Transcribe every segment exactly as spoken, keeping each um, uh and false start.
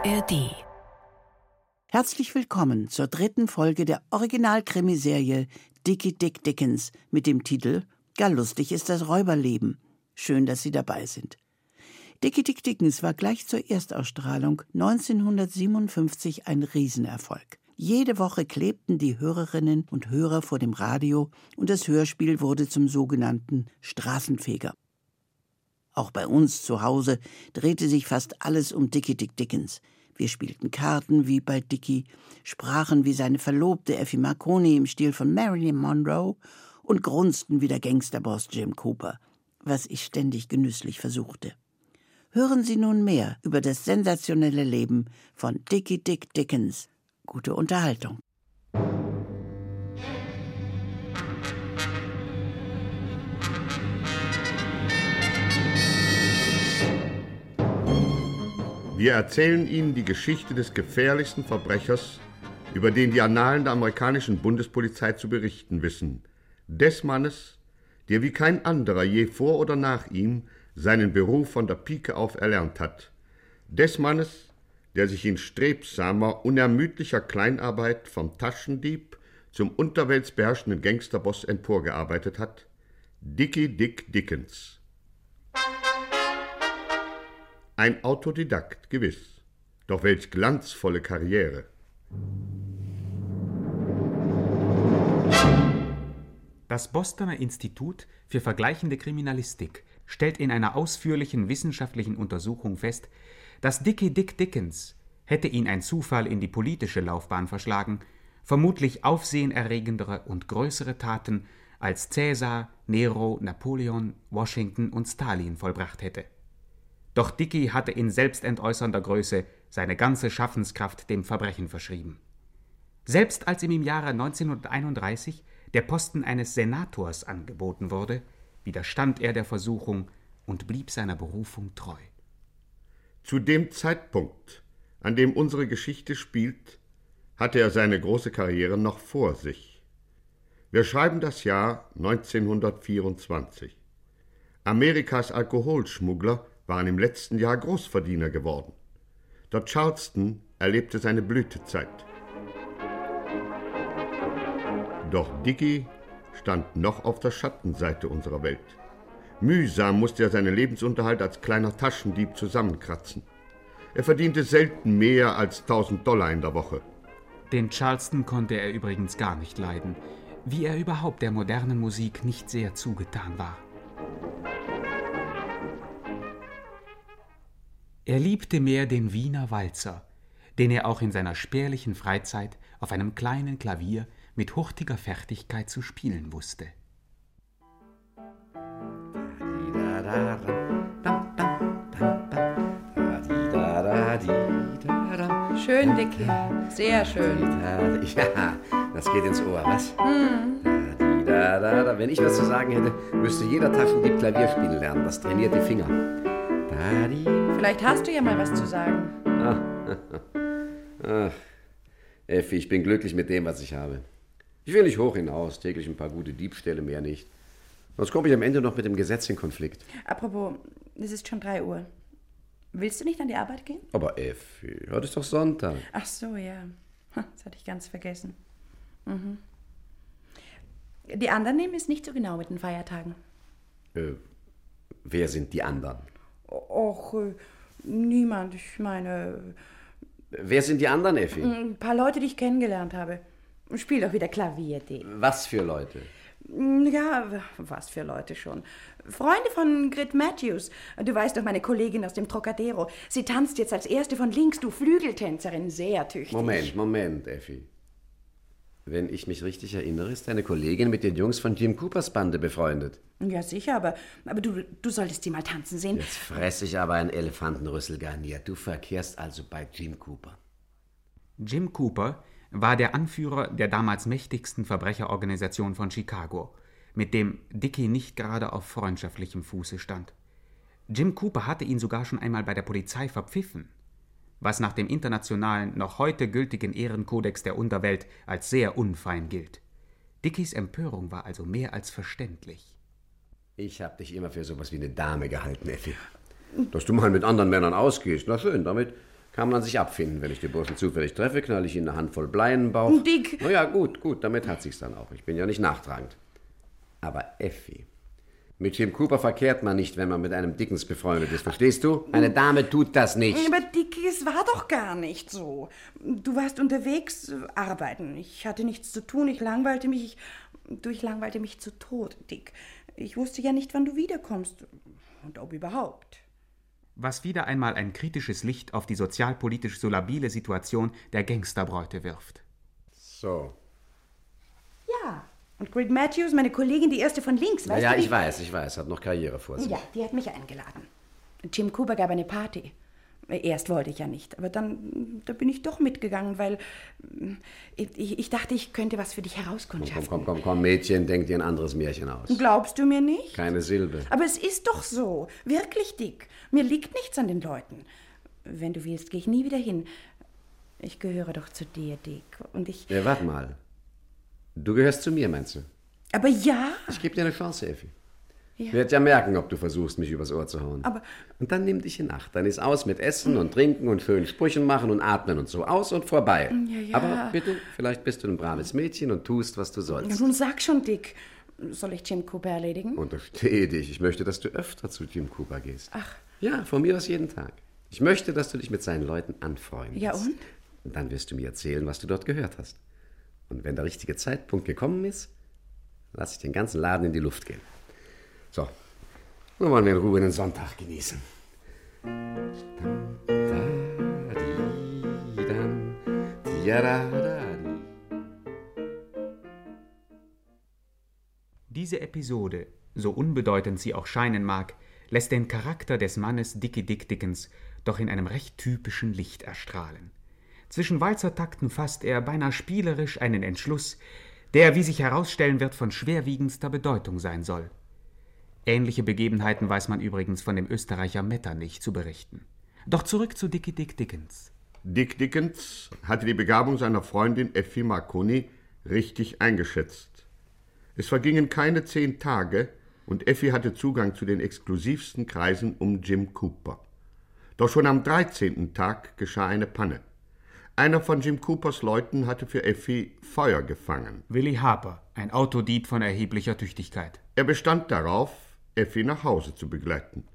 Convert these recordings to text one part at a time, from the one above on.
A R D. Herzlich willkommen zur dritten Folge der Original-Krimiserie Dickie Dick Dickens mit dem Titel »Gar lustig ist das Räuberleben«. Schön, dass Sie dabei sind. Dickie Dick Dickens war gleich zur Erstausstrahlung neunzehnhundertsiebenundfünfzig ein Riesenerfolg. Jede Woche klebten die Hörerinnen und Hörer vor dem Radio und das Hörspiel wurde zum sogenannten Straßenfeger. Auch bei uns zu Hause drehte sich fast alles um Dickie Dick Dickens. Wir spielten Karten wie bei Dickie, sprachen wie seine Verlobte Effie Marconi im Stil von Marilyn Monroe und grunzten wie der Gangsterboss Jim Cooper, was ich ständig genüsslich versuchte. Hören Sie nun mehr über das sensationelle Leben von Dickie Dick Dickens. Gute Unterhaltung. Wir erzählen Ihnen die Geschichte des gefährlichsten Verbrechers, über den die Annalen der amerikanischen Bundespolizei zu berichten wissen. Des Mannes, der wie kein anderer je vor oder nach ihm seinen Beruf von der Pike auf erlernt hat. Des Mannes, der sich in strebsamer, unermüdlicher Kleinarbeit vom Taschendieb zum unterweltsbeherrschenden Gangsterboss emporgearbeitet hat. Dickie Dick Dickens. Ein Autodidakt, gewiss. Doch welch glanzvolle Karriere. Das Bostoner Institut für vergleichende Kriminalistik stellt in einer ausführlichen wissenschaftlichen Untersuchung fest, dass Dickie Dick Dickens, hätte ihn ein Zufall in die politische Laufbahn verschlagen, vermutlich aufsehenerregendere und größere Taten als Cäsar, Nero, Napoleon, Washington und Stalin vollbracht hätte. Doch Dickie hatte in selbstentäußernder Größe seine ganze Schaffenskraft dem Verbrechen verschrieben. Selbst als ihm im Jahre neunzehnhunderteinunddreißig der Posten eines Senators angeboten wurde, widerstand er der Versuchung und blieb seiner Berufung treu. Zu dem Zeitpunkt, an dem unsere Geschichte spielt, hatte er seine große Karriere noch vor sich. Wir schreiben das Jahr neunzehnhundertvierundzwanzig. Amerikas Alkoholschmuggler waren im letzten Jahr Großverdiener geworden. Der Charleston erlebte seine Blütezeit. Doch Dickie stand noch auf der Schattenseite unserer Welt. Mühsam musste er seinen Lebensunterhalt als kleiner Taschendieb zusammenkratzen. Er verdiente selten mehr als tausend Dollar in der Woche. Den Charleston konnte er übrigens gar nicht leiden, wie er überhaupt der modernen Musik nicht sehr zugetan war. Er liebte mehr den Wiener Walzer, den er auch in seiner spärlichen Freizeit auf einem kleinen Klavier mit hurtiger Fertigkeit zu spielen wusste. Schön, Dickie. Sehr schön. Ja, das geht ins Ohr, was? Hm. Wenn ich was zu sagen hätte, müsste jeder Taschendieb Klavier spielen lernen. Das trainiert die Finger. Vielleicht hast du ja mal was zu sagen. Ach, Effi, ich bin glücklich mit dem, was ich habe. Ich will nicht hoch hinaus, täglich ein paar gute Diebstähle, mehr nicht. Sonst komme ich am Ende noch mit dem Gesetz in Konflikt. Apropos, es ist schon drei Uhr. Willst du nicht an die Arbeit gehen? Aber Effi, heute ist doch Sonntag. Ach so, ja. Das hatte ich ganz vergessen. Mhm. Die anderen nehmen es nicht so genau mit den Feiertagen. Äh, wer sind die anderen? Och, äh, niemand. Ich meine... Wer sind die anderen, Effi? Ein paar Leute, die ich kennengelernt habe. Spiel doch wieder Klavier, D. Was für Leute? Ja, was für Leute schon. Freunde von Grit Matthews. Du weißt doch, meine Kollegin aus dem Trocadero. Sie tanzt jetzt als erste von links, du Flügeltänzerin. Sehr tüchtig. Moment, Moment, Effi. Wenn ich mich richtig erinnere, ist deine Kollegin mit den Jungs von Jim Coopers Bande befreundet. Ja, sicher, aber, aber du, du solltest die mal tanzen sehen. Jetzt fress ich aber ein Elefantenrüssel garniert. Du verkehrst also bei Jim Cooper. Jim Cooper war der Anführer der damals mächtigsten Verbrecherorganisation von Chicago, mit dem Dickie nicht gerade auf freundschaftlichem Fuße stand. Jim Cooper hatte ihn sogar schon einmal bei der Polizei verpfiffen, was nach dem internationalen, noch heute gültigen Ehrenkodex der Unterwelt als sehr unfein gilt. Dickies Empörung war also mehr als verständlich. Ich hab dich immer für sowas wie eine Dame gehalten, Effi. Dass du mal mit anderen Männern ausgehst, na schön, damit Kann man sich abfinden. Wenn ich die Burschen zufällig treffe, knall ich ihnen eine Handvoll Blei in den Bauch. Dick! Na ja, gut, gut, damit hat sich's dann auch. Ich bin ja nicht nachtragend. Aber Effi, mit Jim Cooper verkehrt man nicht, wenn man mit einem Dickens befreundet ist. Verstehst du? Eine Dame tut das nicht. Aber Dick, es war doch gar nicht so. Du warst unterwegs äh, arbeiten. Ich hatte nichts zu tun. Ich langweilte mich. Ich, du, ich langweilte mich zu Tod, Dick. Ich wusste ja nicht, wann du wiederkommst. Und ob überhaupt. Was wieder einmal ein kritisches Licht auf die sozialpolitisch so labile Situation der Gangsterbräute wirft. So. Ja. Und Grit Matthews, meine Kollegin, die erste von links, weißt Ja, du? ich weiß, ich weiß. Hat noch Karriere vor sich. Ja, die hat mich eingeladen. Jim Cooper gab eine Party. Erst wollte ich ja nicht, aber dann da bin ich doch mitgegangen, weil ich, ich dachte, ich könnte was für dich herauskundschaften. Komm, komm, komm, komm, Mädchen, denk dir ein anderes Märchen aus. Glaubst du mir nicht? Keine Silbe. Aber es ist doch so. Wirklich, Dick. Mir liegt nichts an den Leuten. Wenn du willst, gehe ich nie wieder hin. Ich gehöre doch zu dir, Dick. Und ich... Ja, warte mal. Du gehörst zu mir, meinst du? Aber ja. Ich gebe dir eine Chance, Effi. Ja. Ich werde ja merken, ob du versuchst, mich übers Ohr zu hauen. Aber... Und dann nimm dich in Acht. Dann ist aus mit Essen und Trinken und schönen Sprüchen machen und atmen und so. Aus und vorbei. Ja, ja. Aber bitte, vielleicht bist du ein braves Mädchen und tust, was du sollst. Nun sag schon, Dick. Soll ich Jim Cooper erledigen? Unterstehe dich. Ich möchte, dass du öfter zu Jim Cooper gehst. Ach. Ja, von mir aus jeden Tag. Ich möchte, dass du dich mit seinen Leuten anfreundest. Ja, und? Und dann wirst du mir erzählen, was du dort gehört hast. Und wenn der richtige Zeitpunkt gekommen ist, lass ich den ganzen Laden in die Luft gehen. So, nun wollen wir in Ruhe den Sonntag genießen. Diese Episode, so unbedeutend sie auch scheinen mag, lässt den Charakter des Mannes Dickie Dick Dickens doch in einem recht typischen Licht erstrahlen. Zwischen Walzertakten fasst er beinahe spielerisch einen Entschluss, der, wie sich herausstellen wird, von schwerwiegendster Bedeutung sein soll. Ähnliche Begebenheiten weiß man übrigens von dem Österreicher Metternich zu berichten. Doch zurück zu Dickie Dick Dickens. Dick Dickens hatte die Begabung seiner Freundin Effi Marconi richtig eingeschätzt. Es vergingen keine zehn Tage und Effi hatte Zugang zu den exklusivsten Kreisen um Jim Cooper. Doch schon am dreizehnten Tag geschah eine Panne. Einer von Jim Coopers Leuten hatte für Effi Feuer gefangen. Willie Harper, ein Autodieb von erheblicher Tüchtigkeit. Er bestand darauf, Effi nach Hause zu begleiten.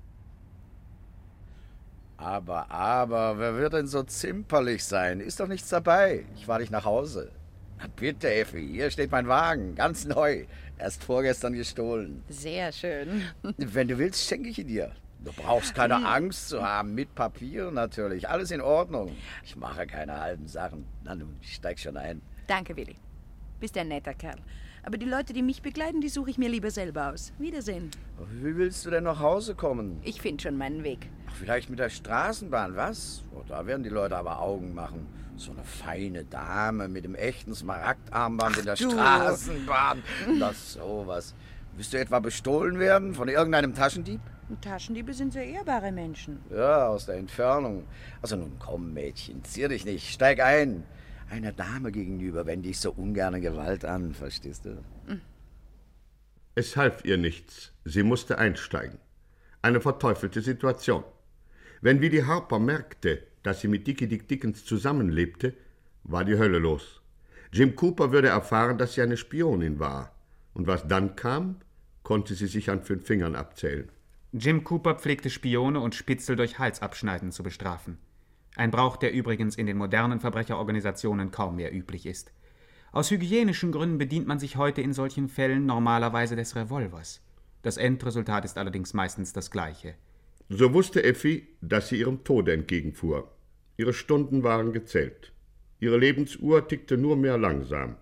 Aber, aber, wer wird denn so zimperlich sein? Ist doch nichts dabei. Ich fahre dich nach Hause. Na bitte, Effi, hier steht mein Wagen, ganz neu. Erst vorgestern gestohlen. Sehr schön. Wenn du willst, schenke ich ihn dir. Du brauchst keine Angst zu haben, mit Papier natürlich. Alles in Ordnung. Ich mache keine halben Sachen. Na nun, steig schon ein. Danke, Willi. Bist ein netter Kerl. Aber die Leute, die mich begleiten, die suche ich mir lieber selber aus. Wiedersehen. Wie willst du denn nach Hause kommen? Ich finde schon meinen Weg. Ach, vielleicht mit der Straßenbahn, was? Oh, da werden die Leute aber Augen machen. So eine feine Dame mit dem echten Smaragdarmband in der du. Straßenbahn. Das sowas. Willst du etwa bestohlen werden von irgendeinem Taschendieb? Taschendiebe sind sehr ehrbare Menschen. Ja, aus der Entfernung. Also nun komm, Mädchen, zier dich nicht, steig ein. Einer Dame gegenüber wende ich so ungerne Gewalt an, verstehst du? Es half ihr nichts. Sie musste einsteigen. Eine verteufelte Situation. Wenn Willie Harper merkte, dass sie mit Dickie Dick Dickens zusammenlebte, war die Hölle los. Jim Cooper würde erfahren, dass sie eine Spionin war. Und was dann kam, konnte sie sich an fünf Fingern abzählen. Jim Cooper pflegte Spione und Spitzel durch Halsabschneiden zu bestrafen. Ein Brauch, der übrigens in den modernen Verbrecherorganisationen kaum mehr üblich ist. Aus hygienischen Gründen bedient man sich heute in solchen Fällen normalerweise des Revolvers. Das Endresultat ist allerdings meistens das gleiche. So wusste Effi, dass sie ihrem Tode entgegenfuhr. Ihre Stunden waren gezählt. Ihre Lebensuhr tickte nur mehr langsam.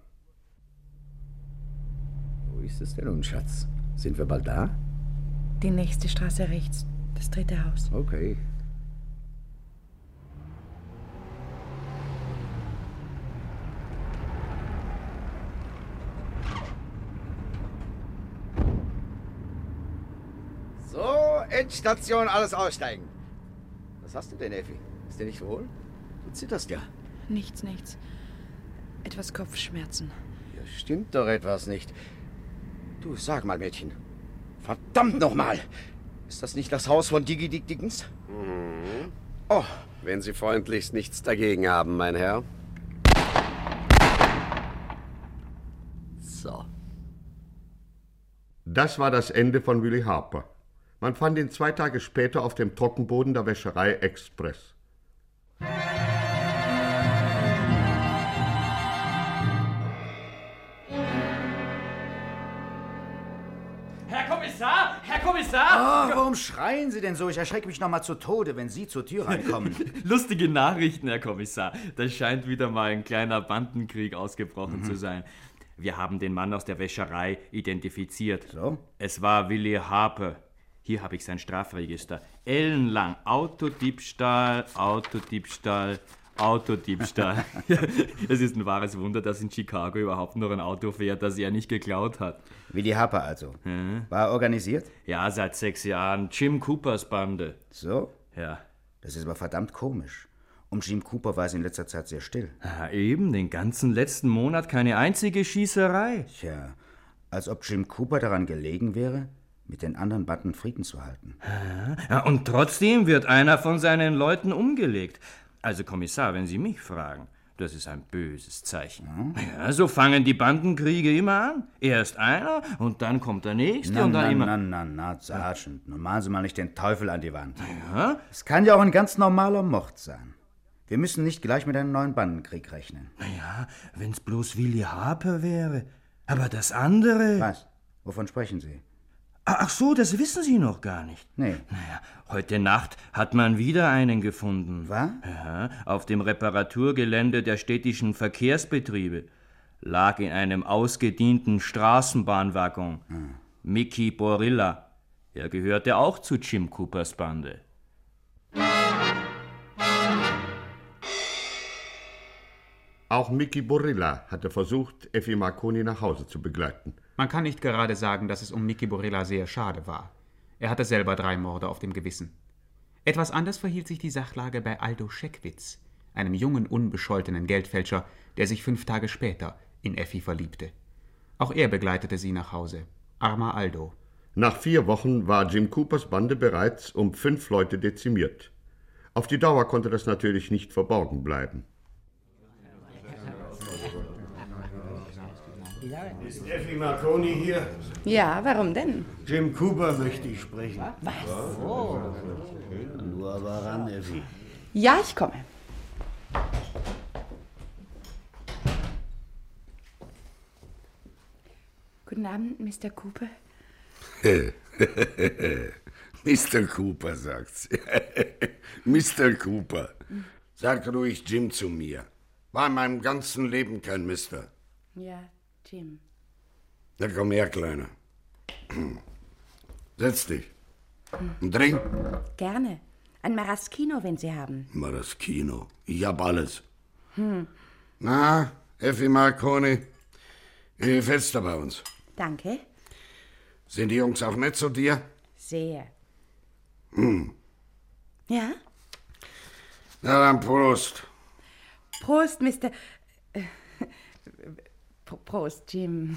Wo ist es denn nun, Schatz? Sind wir bald da? Die nächste Straße rechts, das dritte Haus. Okay. So, Endstation, alles aussteigen. Was hast du denn, Effi? Ist dir nicht wohl? Du zitterst ja. Nichts, nichts. Etwas Kopfschmerzen. Ja, stimmt doch etwas nicht. Du, sag mal, Mädchen. Verdammt nochmal! Ist das nicht das Haus von Dickie Dick Dickens? Mhm. Oh, Wenn Sie freundlichst nichts dagegen haben, mein Herr. So. Das war das Ende von Willie Harper. Man fand ihn zwei Tage später auf dem Trockenboden der Wäscherei Express. Herr Kommissar! Herr Kommissar! Oh, warum schreien Sie denn so? Ich erschrecke mich noch mal zu Tode, wenn Sie zur Tür reinkommen. Lustige Nachrichten, Herr Kommissar. Da scheint wieder mal ein kleiner Bandenkrieg ausgebrochen mhm. zu sein. Wir haben den Mann aus der Wäscherei identifiziert. So? Es war Willie Harper. Hier habe ich sein Strafregister. Ellenlang. Autodiebstahl, Autodiebstahl, Autodiebstahl. Es ist ein wahres Wunder, dass in Chicago überhaupt noch ein Auto fährt, das er nicht geklaut hat. Willie Harper also. Hm? War er organisiert? Ja, seit sechs Jahren. Jim Coopers Bande. So? Ja. Das ist aber verdammt komisch. Um Jim Cooper war es in letzter Zeit sehr still. Ja, eben, den ganzen letzten Monat keine einzige Schießerei. Tja, als ob Jim Cooper daran gelegen wäre, mit den anderen Banden Frieden zu halten. Ja, und trotzdem wird einer von seinen Leuten umgelegt. Also Kommissar, wenn Sie mich fragen, das ist ein böses Zeichen. Hm? Ja, so fangen die Bandenkriege immer an. Erst einer und dann kommt der nächste na, und dann na, immer... Na, na, na, Sergeant, nun malen Sie mal nicht den Teufel an die Wand. Ja? Es kann ja auch ein ganz normaler Mord sein. Wir müssen nicht gleich mit einem neuen Bandenkrieg rechnen. Naja, wenn's bloß Willie Harper wäre. Aber das andere... Was? Wovon sprechen Sie? Ach so, das wissen Sie noch gar nicht. Nee. Naja, heute Nacht hat man wieder einen gefunden. Was? Ja, auf dem Reparaturgelände der städtischen Verkehrsbetriebe. Lag in einem ausgedienten Straßenbahnwaggon. Hm. Mickey Borilla. Er gehörte auch zu Jim Coopers Bande. Auch Mickey Borilla hatte versucht, Effi Marconi nach Hause zu begleiten. Man kann nicht gerade sagen, dass es um Mickey Borilla sehr schade war. Er hatte selber drei Morde auf dem Gewissen. Etwas anders verhielt sich die Sachlage bei Aldo Scheckwitz, einem jungen, unbescholtenen Geldfälscher, der sich fünf Tage später in Effi verliebte. Auch er begleitete sie nach Hause. Armer Aldo. Nach vier Wochen war Jim Coopers Bande bereits um fünf Leute dezimiert. Auf die Dauer konnte das natürlich nicht verborgen bleiben. Ist Effi Marconi hier? Ja, warum denn? Jim Cooper möchte ich sprechen. Was? Oh. Nur aber ran, Effi. Ja, ich komme. Guten Abend, Mister Cooper. Mister Cooper, sagt's. Mister Cooper. Sag ruhig Jim zu mir. War in meinem ganzen Leben kein Mister. Ja, Jim. Na komm her, Kleiner. Setz dich. Ein Drink? Gerne. Ein Maraschino, wenn Sie haben. Maraschino. Ich hab alles. Hm. Na, Effi Marconi, wie gefällt's da bei uns? Danke. Sind die Jungs auch nett zu dir? Sehr. Hm. Ja? Na dann Prost. Prost, Mister Äh, Prost, Jim.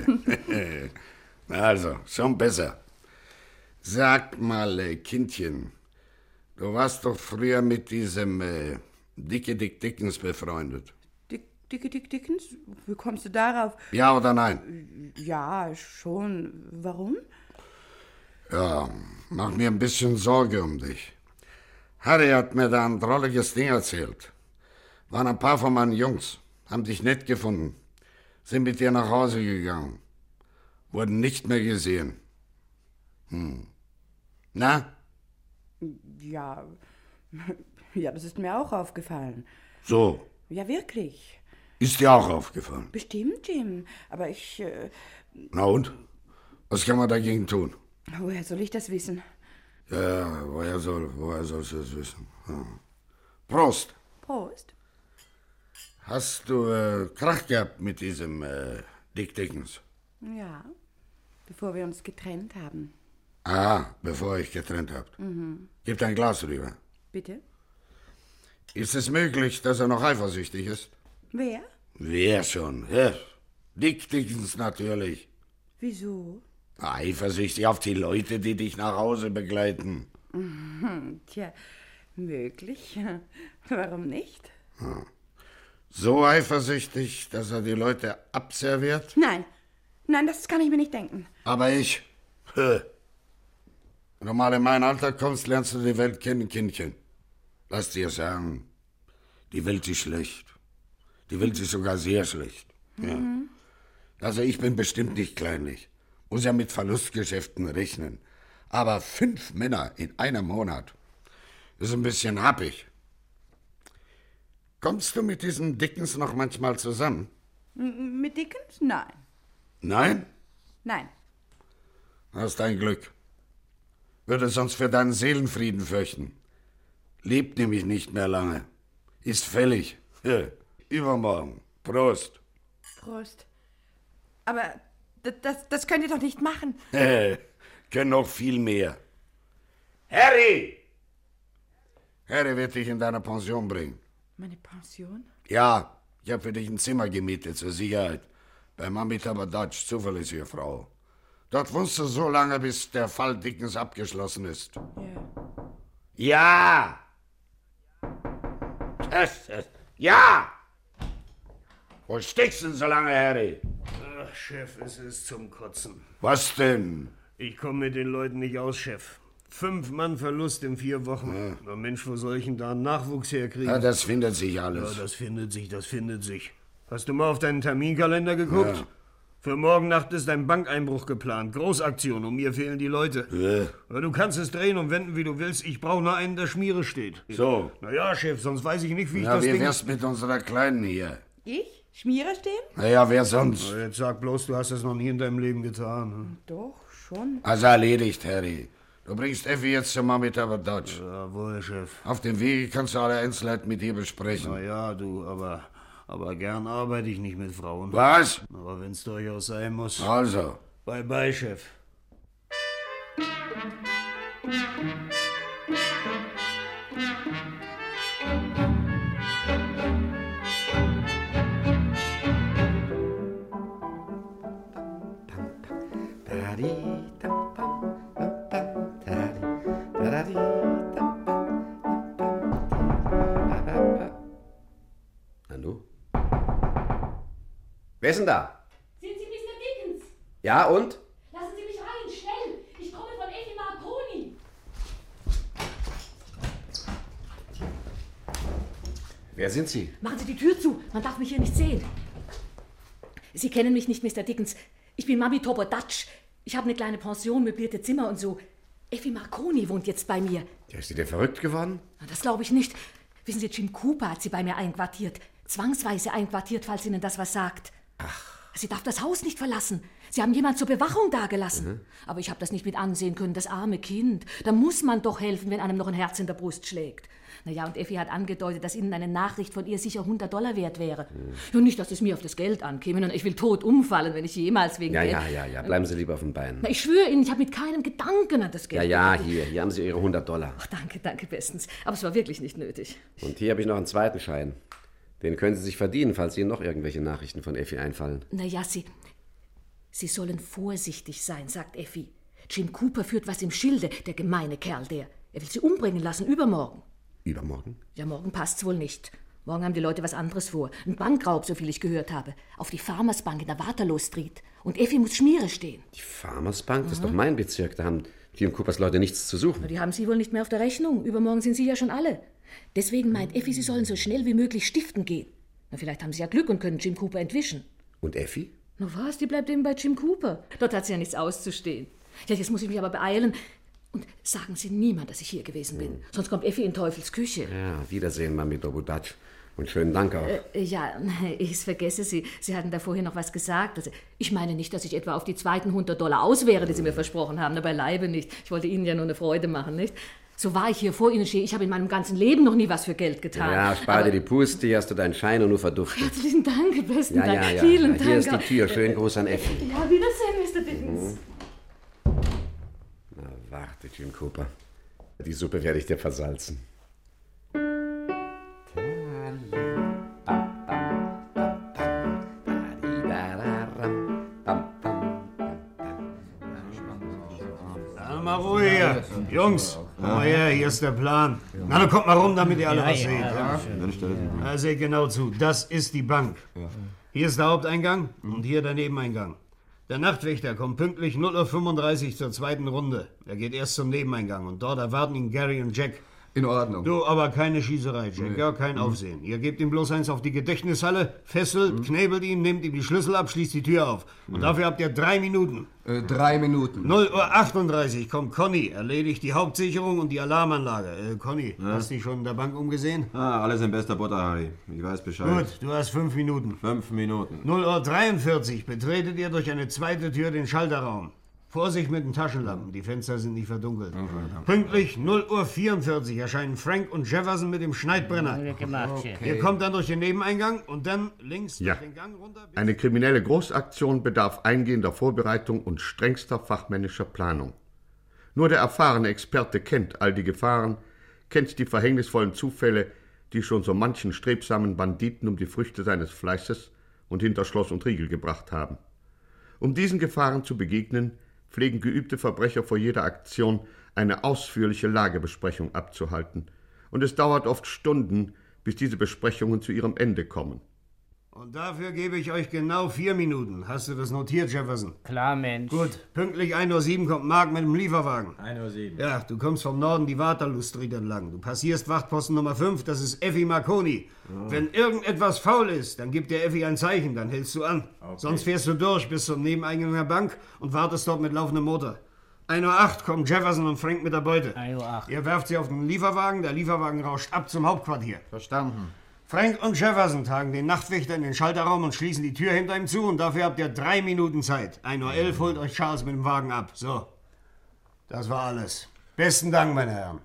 Also, schon besser. Sag mal, äh, Kindchen, du warst doch früher mit diesem äh, Dicke Dick Dickens befreundet. Dick, Dicke Dick Dickens? Wie kommst du darauf? Ja oder nein? Ja, schon. Warum? Ja, mach mir ein bisschen Sorge um dich. Harry hat mir da ein drolliges Ding erzählt. Waren ein paar von meinen Jungs, haben dich nett gefunden, sind mit dir nach Hause gegangen, wurden nicht mehr gesehen. Hm. Na? Ja, ja, das ist mir auch aufgefallen. So. Ja, wirklich. Ist dir auch aufgefallen? Bestimmt, Jim. Aber ich... Äh, Na und? Was kann man dagegen tun? Woher soll ich das wissen? Ja, ja, woher soll, woher sollst du das wissen? Ja. Prost. Prost. Hast du äh, Krach gehabt mit diesem äh, Dick Dickens? Ja, bevor wir uns getrennt haben. Ah, bevor ich getrennt habt. Mhm. Gib dein Glas rüber. Bitte? Ist es möglich, dass er noch eifersüchtig ist? Wer? Wer schon? Ja. Dick Dickens natürlich. Wieso? Eifersüchtig auf die Leute, die dich nach Hause begleiten. Mhm. Tja, Möglich. Warum nicht? Hm. So eifersüchtig, dass er die Leute abserviert? Nein, nein, das kann ich mir nicht denken. Aber ich... Hö. Wenn du mal in mein Alter kommst, lernst du die Welt kennen, Kindchen. Lass dir sagen, die Welt ist schlecht. Die Welt ist sogar sehr schlecht. Ja. Mhm. Also ich bin bestimmt nicht kleinlich. Muss ja mit Verlustgeschäften rechnen. Aber fünf Männer in einem Monat ist ein bisschen happig. Kommst du mit diesen Dickens noch manchmal zusammen? M mit Dickens? Nein. Nein? Nein. Hast dein Glück. Würde sonst für deinen Seelenfrieden fürchten. Lebt nämlich nicht mehr lange. Ist fällig. Ja. Übermorgen. Prost. Prost. Aber das, das könnt ihr doch nicht machen. Äh, können noch viel mehr. Harry! Harry wird dich in deine Pension bringen. Meine Pension? Ja, ich habe für dich ein Zimmer gemietet zur Sicherheit. Bei Mami Tabadatsch, zuverlässige Frau. Dort wohnst du so lange, bis der Fall Dickens abgeschlossen ist. Ja. Ja! Ja! Wo steckst du denn so lange, Harry? Ach, Chef, es ist zum Kotzen. Was denn? Ich komme mit den Leuten nicht aus, Chef. Fünf Mann Verlust in vier Wochen. Ja. Na Mensch, wo soll ich denn da einen Nachwuchs herkriegen? Ja, das findet sich alles. Ja, das findet sich, das findet sich. Hast du mal auf deinen Terminkalender geguckt? Ja. Für morgen Nacht ist ein Bankeinbruch geplant. Großaktion, und mir fehlen die Leute. Ja. Ja, du kannst es drehen und wenden, wie du willst. Ich brauche nur einen, der Schmiere steht. So. Na ja, Chef, sonst weiß ich nicht, wie ich Na, das wie Ding... wär's mit unserer Kleinen hier? Ich? Schmiere stehen? Naja, wer sonst? Na, jetzt sag bloß, du hast das noch nie in deinem Leben getan. Hm? Doch, schon. Also erledigt, Harry. Du bringst Effi jetzt zur Mami Tabadatsch. Jawohl, Chef. Auf dem Wege kannst du alle Einzelheiten mit ihr besprechen. Na ja, du, aber... Aber gern arbeite ich nicht mit Frauen. Was? Aber wenn's durchaus sein muss. Also. Bye bye, Chef. Wer ist denn da? Sind Sie Mister Dickens? Ja, und? Lassen Sie mich rein, schnell! Ich komme von Effi Marconi. Wer sind Sie? Machen Sie die Tür zu, man darf mich hier nicht sehen. Sie kennen mich nicht, Mister Dickens. Ich bin Mami Tabadatsch. Ich habe eine kleine Pension, möblierte Zimmer und so. Effi Marconi wohnt jetzt bei mir. Ja, ist sie denn verrückt geworden? Na, das glaube ich nicht. Wissen Sie, Jim Cooper hat sie bei mir einquartiert. Zwangsweise einquartiert, falls Ihnen das was sagt. Ach. Sie darf das Haus nicht verlassen. Sie haben jemand zur Bewachung dagelassen. Mhm. Aber ich habe das nicht mit ansehen können, das arme Kind. Da muss man doch helfen, wenn einem noch ein Herz in der Brust schlägt. Naja, und Effi hat angedeutet, dass Ihnen eine Nachricht von ihr sicher hundert Dollar wert wäre. Mhm. Und nicht, dass es mir auf das Geld ankäme. Und ich will tot umfallen, wenn ich jemals wegen Ja, Geld... ja, ja, ja. Bleiben Sie lieber auf dem Bein. Na, ich schwöre Ihnen, ich habe mit keinem Gedanken an das Geld. Ja, ja, hier. Hier haben Sie Ihre hundert Dollar. Ach, danke, danke bestens. Aber es war wirklich nicht nötig. Und hier habe ich noch einen zweiten Schein. Den können Sie sich verdienen, falls Ihnen noch irgendwelche Nachrichten von Effi einfallen. Naja, Sie... Sie sollen vorsichtig sein, sagt Effi. Jim Cooper führt was im Schilde, der gemeine Kerl, der. Er will sie umbringen lassen, übermorgen. Übermorgen? Ja, morgen passt's wohl nicht. Morgen haben die Leute was anderes vor. Ein Bankraub, so viel ich gehört habe. Auf die Farmers Bank in der Waterloo Street. Und Effi muss Schmiere stehen. Die Farmers Bank? Das ist doch mein Bezirk. Da haben Jim Coopers Leute nichts zu suchen. Na, die haben Sie wohl nicht mehr auf der Rechnung. Übermorgen sind Sie ja schon alle. Deswegen meint Effi, Sie sollen so schnell wie möglich stiften gehen. Na, vielleicht haben Sie ja Glück und können Jim Cooper entwischen. Und Effi? Na was, die bleibt eben bei Jim Cooper. Dort hat sie ja nichts auszustehen. Ja, jetzt muss ich mich aber beeilen. Und sagen Sie niemand, dass ich hier gewesen bin. Hm. Sonst kommt Effi in Teufels Küche. Ja, Wiedersehen, Mami Tabadatsch. Und schönen Dank auch. Äh, ja, ich vergesse Sie. Sie hatten da vorhin noch was gesagt. Also, ich meine nicht, dass ich etwa auf die zweiten hundert Dollar aus wäre, die Sie mir versprochen haben. Beileibe nicht. Ich wollte Ihnen ja nur eine Freude machen, nicht? So wahr ich hier vor Ihnen stehe, ich habe in meinem ganzen Leben noch nie was für Geld getan. Ja, spar dir die Puste, hier hast du deinen Schein und nur verduftet. Herzlichen Dank, besten ja, Dank. Ja, ja. Vielen ja, Dank. Hier ist die Tür. Schönen Gruß an Effi. Ja, Wiedersehen, Mister Dickens. Mhm. Na, warte, Jim Cooper. Die Suppe werde ich dir versalzen. Mal Ruhe hier. Jungs, Komm mal her, hier ist der Plan. Ja. Na, dann kommt mal rum, damit ihr alle Ja, was ja, seht. ja, Ja? ja. Na, seht genau zu. Das ist die Bank. Ja. Hier ist der Haupteingang und hier der Nebeneingang. Der Nachtwächter kommt pünktlich null Uhr fünfunddreißig zur zweiten Runde. Er geht erst zum Nebeneingang und dort erwarten ihn Gary und Jack. In Ordnung. Du, aber keine Schießerei, Jack, Nee. ja, kein Mhm. Aufsehen. Ihr gebt ihm bloß eins auf die Gedächtnishalle, fesselt, knebelt ihn, nehmt ihm die Schlüssel ab, schließt die Tür auf. Und Mhm. dafür habt ihr drei Minuten. Äh, drei Minuten. null Uhr achtunddreißig kommt Conny, erledigt die Hauptsicherung und die Alarmanlage. Äh, Conny, Ja? hast du dich schon in der Bank umgesehen? Ah, alles in bester Butter, Harry. Ich weiß Bescheid. Gut, du hast fünf Minuten. Fünf Minuten. null Uhr dreiundvierzig betretet ihr durch eine zweite Tür den Schalterraum. Vorsicht mit den Taschenlampen, die Fenster sind nicht verdunkelt. Pünktlich null Uhr vierundvierzig erscheinen Frank und Jefferson mit dem Schneidbrenner. Ja, gemacht, Chef. Ihr kommt dann durch den Nebeneingang und dann links Ja. durch den Gang runter. Eine kriminelle Großaktion bedarf eingehender Vorbereitung und strengster fachmännischer Planung. Nur der erfahrene Experte kennt all die Gefahren, kennt die verhängnisvollen Zufälle, die schon so manchen strebsamen Banditen um die Früchte seines Fleißes und hinter Schloss und Riegel gebracht haben. Um diesen Gefahren zu begegnen, pflegen geübte Verbrecher vor jeder Aktion eine ausführliche Lagebesprechung abzuhalten. Und es dauert oft Stunden, bis diese Besprechungen zu ihrem Ende kommen. Und dafür gebe ich euch genau vier Minuten. Hast du das notiert, Jefferson? Klar, Mensch. Gut, pünktlich ein Uhr sieben kommt Mark mit dem Lieferwagen. ein Uhr sieben. Ja, du kommst vom Norden die Waterloo Street entlang. Du passierst Wachtposten Nummer fünf, das ist Effi Marconi. Oh. Wenn irgendetwas faul ist, dann gibt der Effi ein Zeichen, dann hältst du an. Okay. Sonst fährst du durch bis zum Nebeneingang der Bank und wartest dort mit laufendem Motor. ein Uhr acht kommen Jefferson und Frank mit der Beute. ein Uhr acht. Ihr werft sie auf den Lieferwagen, der Lieferwagen rauscht ab zum Hauptquartier. Verstanden. Frank und Jefferson tragen den Nachtwächter in den Schalterraum und schließen die Tür hinter ihm zu und dafür habt ihr drei Minuten Zeit. ein Uhr elf holt euch Charles mit dem Wagen ab. So, das war alles. Besten Dank, meine Herren.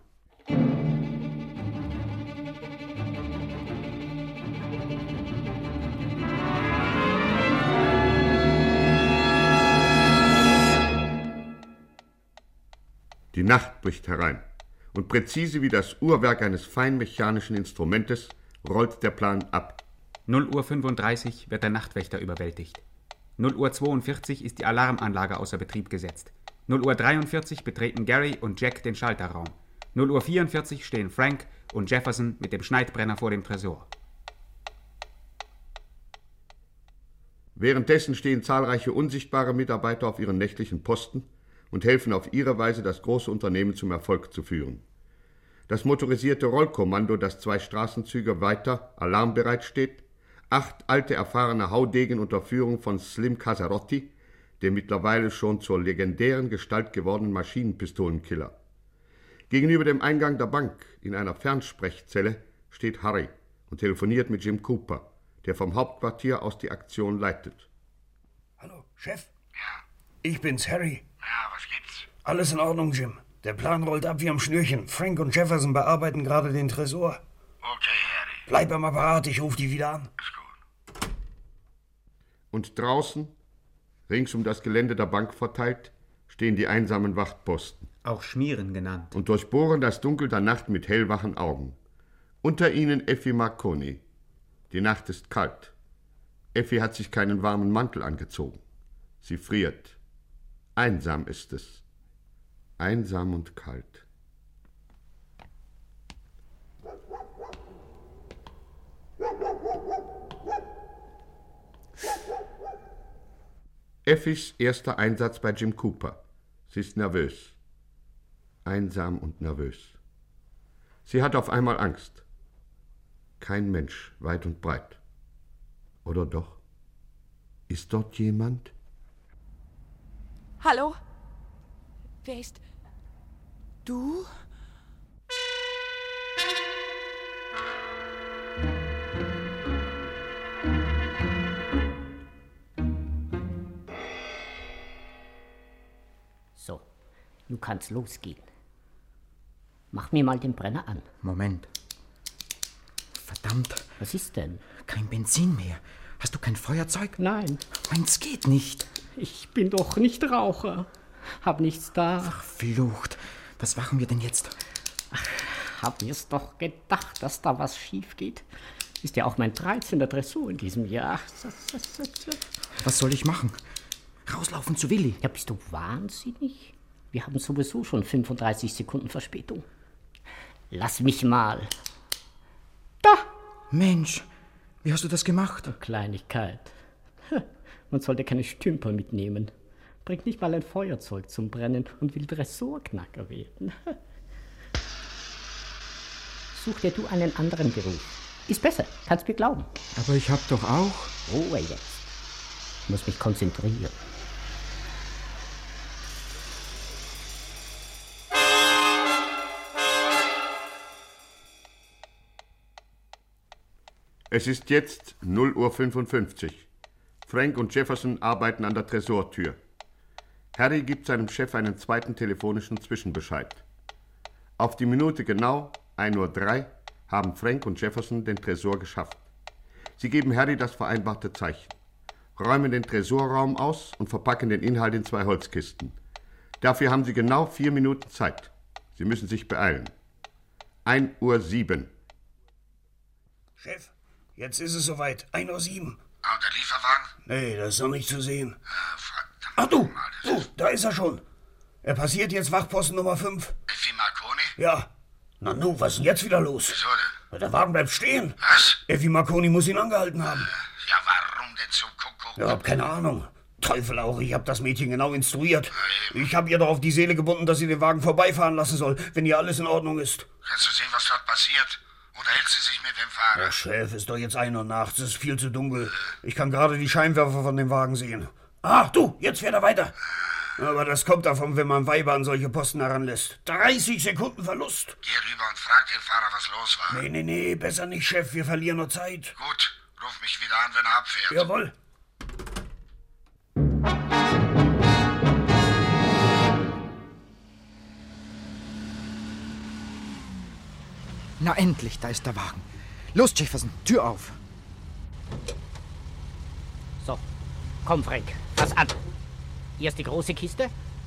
Die Nacht bricht herein, und präzise wie das Uhrwerk eines feinmechanischen Instrumentes rollt der Plan ab. null Uhr fünfunddreißig wird der Nachtwächter überwältigt. null Uhr zweiundvierzig ist die Alarmanlage außer Betrieb gesetzt. null Uhr dreiundvierzig betreten Gary und Jack den Schalterraum. null Uhr vierundvierzig stehen Frank und Jefferson mit dem Schneidbrenner vor dem Tresor. Währenddessen stehen zahlreiche unsichtbare Mitarbeiter auf ihren nächtlichen Posten und helfen auf ihre Weise, das große Unternehmen zum Erfolg zu führen. Das motorisierte Rollkommando, das zwei Straßenzüge weiter alarmbereit steht, acht alte erfahrene Haudegen unter Führung von Slim Casarotti, dem mittlerweile schon zur legendären Gestalt gewordenen Maschinenpistolenkiller. Gegenüber dem Eingang der Bank in einer Fernsprechzelle steht Harry und telefoniert mit Jim Cooper, der vom Hauptquartier aus die Aktion leitet. Hallo, Chef? Ja. Ich bin's, Harry. Ja, was gibt's? Alles in Ordnung, Jim. Der Plan rollt ab wie am Schnürchen. Frank und Jefferson bearbeiten gerade den Tresor. Okay, Harry. Bleib am Apparat, ich ruf die wieder an. Und draußen, rings um das Gelände der Bank verteilt, stehen die einsamen Wachtposten. Auch Schmieren genannt. Und durchbohren das Dunkel der Nacht mit hellwachen Augen. Unter ihnen Effi Marconi. Die Nacht ist kalt. Effi hat sich keinen warmen Mantel angezogen. Sie friert. Einsam ist es. Einsam und kalt. Effis erster Einsatz bei Jim Cooper. Sie ist nervös. Einsam und nervös. Sie hat auf einmal Angst. Kein Mensch, weit und breit. Oder doch? Ist dort jemand? Hallo? Wer ist... Du? So, nun kann's losgehen. Mach mir mal den Brenner an. Moment. Verdammt. Was ist denn? Kein Benzin mehr. Hast du kein Feuerzeug? Nein. Meins geht nicht. Ich bin doch nicht Raucher. Hab nichts da. Verflucht. Was machen wir denn jetzt? Ach, hab mir's doch gedacht, dass da was schief geht. Ist ja auch mein dreizehnter Dressur in diesem Jahr. Was soll ich machen? Rauslaufen zu Willi. Ja, bist du wahnsinnig? Wir haben sowieso schon fünfunddreißig Sekunden Verspätung. Lass mich mal. Da! Mensch, wie hast du das gemacht? Eine Kleinigkeit. Man sollte keine Stümper mitnehmen. Bringt nicht mal ein Feuerzeug zum Brennen und will Dressurknacker werden. Such dir du einen anderen Beruf. Ist besser, kannst mir glauben. Aber ich hab doch auch... Ruhe jetzt. Ich muss mich konzentrieren. Es ist jetzt null Uhr fünfundfünfzig. Frank und Jefferson arbeiten an der Tresortür. Harry gibt seinem Chef einen zweiten telefonischen Zwischenbescheid. Auf die Minute genau, ein Uhr drei, haben Frank und Jefferson den Tresor geschafft. Sie geben Harry das vereinbarte Zeichen, räumen den Tresorraum aus und verpacken den Inhalt in zwei Holzkisten. Dafür haben sie genau vier Minuten Zeit. Sie müssen sich beeilen. ein Uhr sieben. Chef, jetzt ist es soweit. ein Uhr sieben. Ah, der Lieferwagen? Nee, das ist noch nicht zu sehen. Ah, verdammt. Ach du, du, da ist er schon. Er passiert jetzt Wachposten Nummer fünf. Effi Marconi? Ja. Na nu, was ist denn jetzt wieder los? Wieso denn? Der Wagen bleibt stehen. Was? Effi Marconi muss ihn angehalten haben. Ja, warum denn zum Kuckuck? Ja, hab keine Ahnung. Teufel auch, ich hab das Mädchen genau instruiert. Ich hab ihr doch auf die Seele gebunden, dass sie den Wagen vorbeifahren lassen soll, wenn hier alles in Ordnung ist. Kannst du sehen, was dort passiert? Unterhält sie sich mit dem Fahrer? Ja, Chef, ist doch jetzt ein Uhr nachts, es ist viel zu dunkel. Ich kann gerade die Scheinwerfer von dem Wagen sehen. Ah, du, jetzt fährt er weiter. Aber das kommt davon, wenn man Weiber an solche Posten heranlässt. dreißig Sekunden Verlust. Geh rüber und frag den Fahrer, was los war. Nee, nee, nee, besser nicht, Chef, wir verlieren nur Zeit. Gut, ruf mich wieder an, wenn er abfährt. Jawohl. Na endlich, da ist der Wagen. Los, Jefferson, Tür auf. So, komm, Frank, fass an. Hier ist die große Kiste.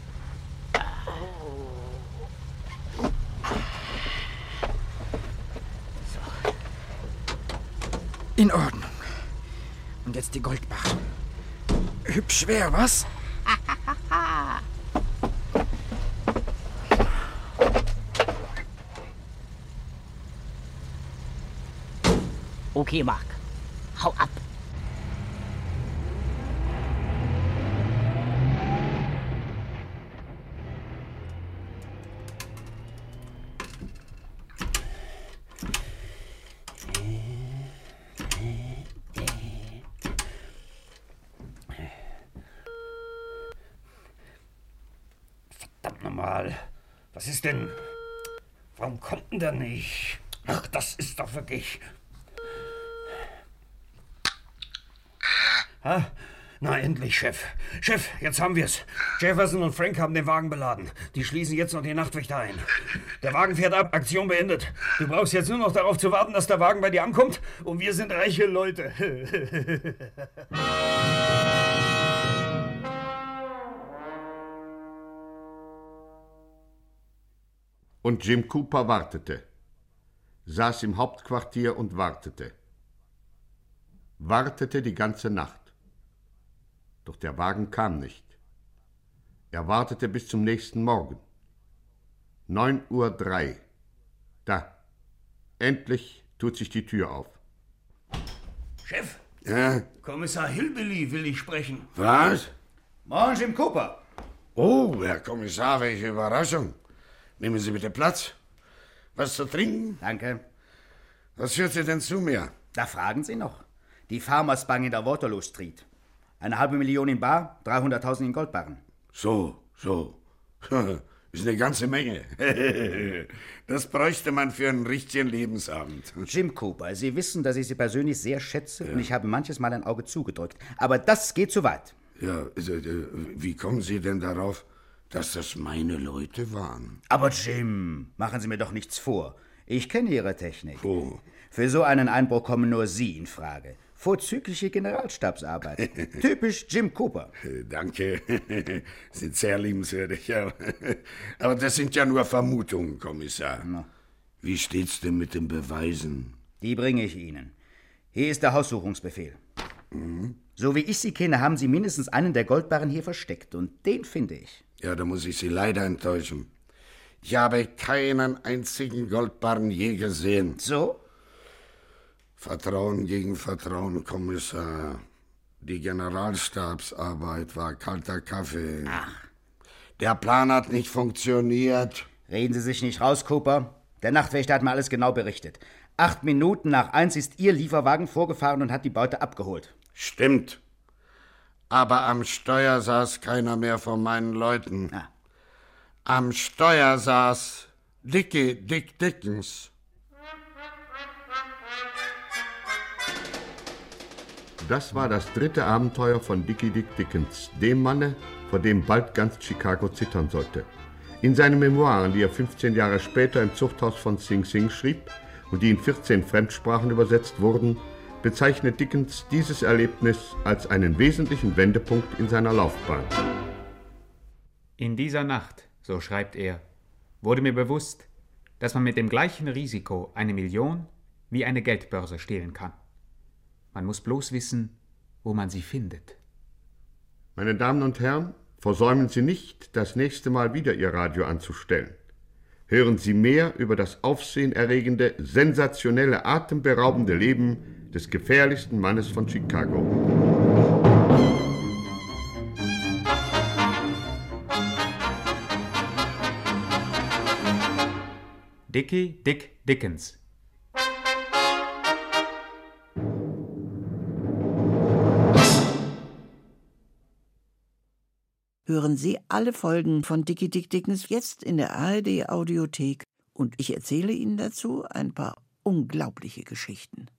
So. In Ordnung. Und jetzt die Goldbarren. Hübsch schwer, was? Okay, Mark. Hau ab. Verdammt nochmal. Was ist denn? Warum kommt denn der nicht? Ach, das ist doch wirklich... Ha? Na, endlich, Chef. Chef, jetzt haben wir's. Jefferson und Frank haben den Wagen beladen. Die schließen jetzt noch den Nachtwächter ein. Der Wagen fährt ab, Aktion beendet. Du brauchst jetzt nur noch darauf zu warten, dass der Wagen bei dir ankommt. Und wir sind reiche Leute. Und Jim Cooper wartete, saß im Hauptquartier und wartete. Wartete die ganze Nacht. Doch der Wagen kam nicht. Er wartete bis zum nächsten Morgen. neun Uhr drei. Da. Endlich tut sich die Tür auf. Chef? Ja? Kommissar Hillbilly will ich sprechen. Was? Morgen, Jim Cooper. Oh, Herr Kommissar, welche Überraschung. Nehmen Sie bitte Platz. Was zu trinken? Danke. Was führt Sie denn zu mir? Da fragen Sie noch. Die Farmers Bank in der Waterloo Street. Eine halbe Million in Bar, dreihunderttausend in Goldbarren. So, so. Ist eine ganze Menge. Das bräuchte man für einen richtigen Lebensabend. Jim Cooper, Sie wissen, dass ich Sie persönlich sehr schätze ja. und ich habe manches Mal ein Auge zugedrückt. Aber das geht zu weit. Ja, wie kommen Sie denn darauf, dass das meine Leute waren? Aber Jim, machen Sie mir doch nichts vor. Ich kenne Ihre Technik. Oh. Für so einen Einbruch kommen nur Sie in Frage. Vorzügliche Generalstabsarbeit. Typisch Jim Cooper. Danke. Sind sehr liebenswürdig. Aber das sind ja nur Vermutungen, Kommissar. Na. Wie steht's denn mit den Beweisen? Die bringe ich Ihnen. Hier ist der Haussuchungsbefehl. Mhm. So wie ich Sie kenne, haben Sie mindestens einen der Goldbarren hier versteckt. Und den finde ich. Ja, da muss ich Sie leider enttäuschen. Ich habe keinen einzigen Goldbarren je gesehen. So? Vertrauen gegen Vertrauen, Kommissar. Die Generalstabsarbeit war kalter Kaffee. Ach. Der Plan hat nicht funktioniert. Reden Sie sich nicht raus, Cooper. Der Nachtwächter hat mir alles genau berichtet. Acht Minuten nach eins ist Ihr Lieferwagen vorgefahren und hat die Beute abgeholt. Stimmt. Aber am Steuer saß keiner mehr von meinen Leuten. Ah. Am Steuer saß Dickie Dick Dickens. Das war das dritte Abenteuer von Dickie Dick Dickens, dem Manne, vor dem bald ganz Chicago zittern sollte. In seinen Memoiren, die er fünfzehn Jahre später im Zuchthaus von Sing Sing schrieb und die in vierzehn Fremdsprachen übersetzt wurden, bezeichnet Dickens dieses Erlebnis als einen wesentlichen Wendepunkt in seiner Laufbahn. In dieser Nacht, so schreibt er, wurde mir bewusst, dass man mit dem gleichen Risiko eine Million wie eine Geldbörse stehlen kann. Man muss bloß wissen, wo man sie findet. Meine Damen und Herren, versäumen Sie nicht, das nächste Mal wieder Ihr Radio anzustellen. Hören Sie mehr über das aufsehenerregende, sensationelle, atemberaubende Leben des gefährlichsten Mannes von Chicago. Dickie Dick Dickens. Hören Sie alle Folgen von Dickie Dick Dickens jetzt in der A R D Audiothek und ich erzähle Ihnen dazu ein paar unglaubliche Geschichten.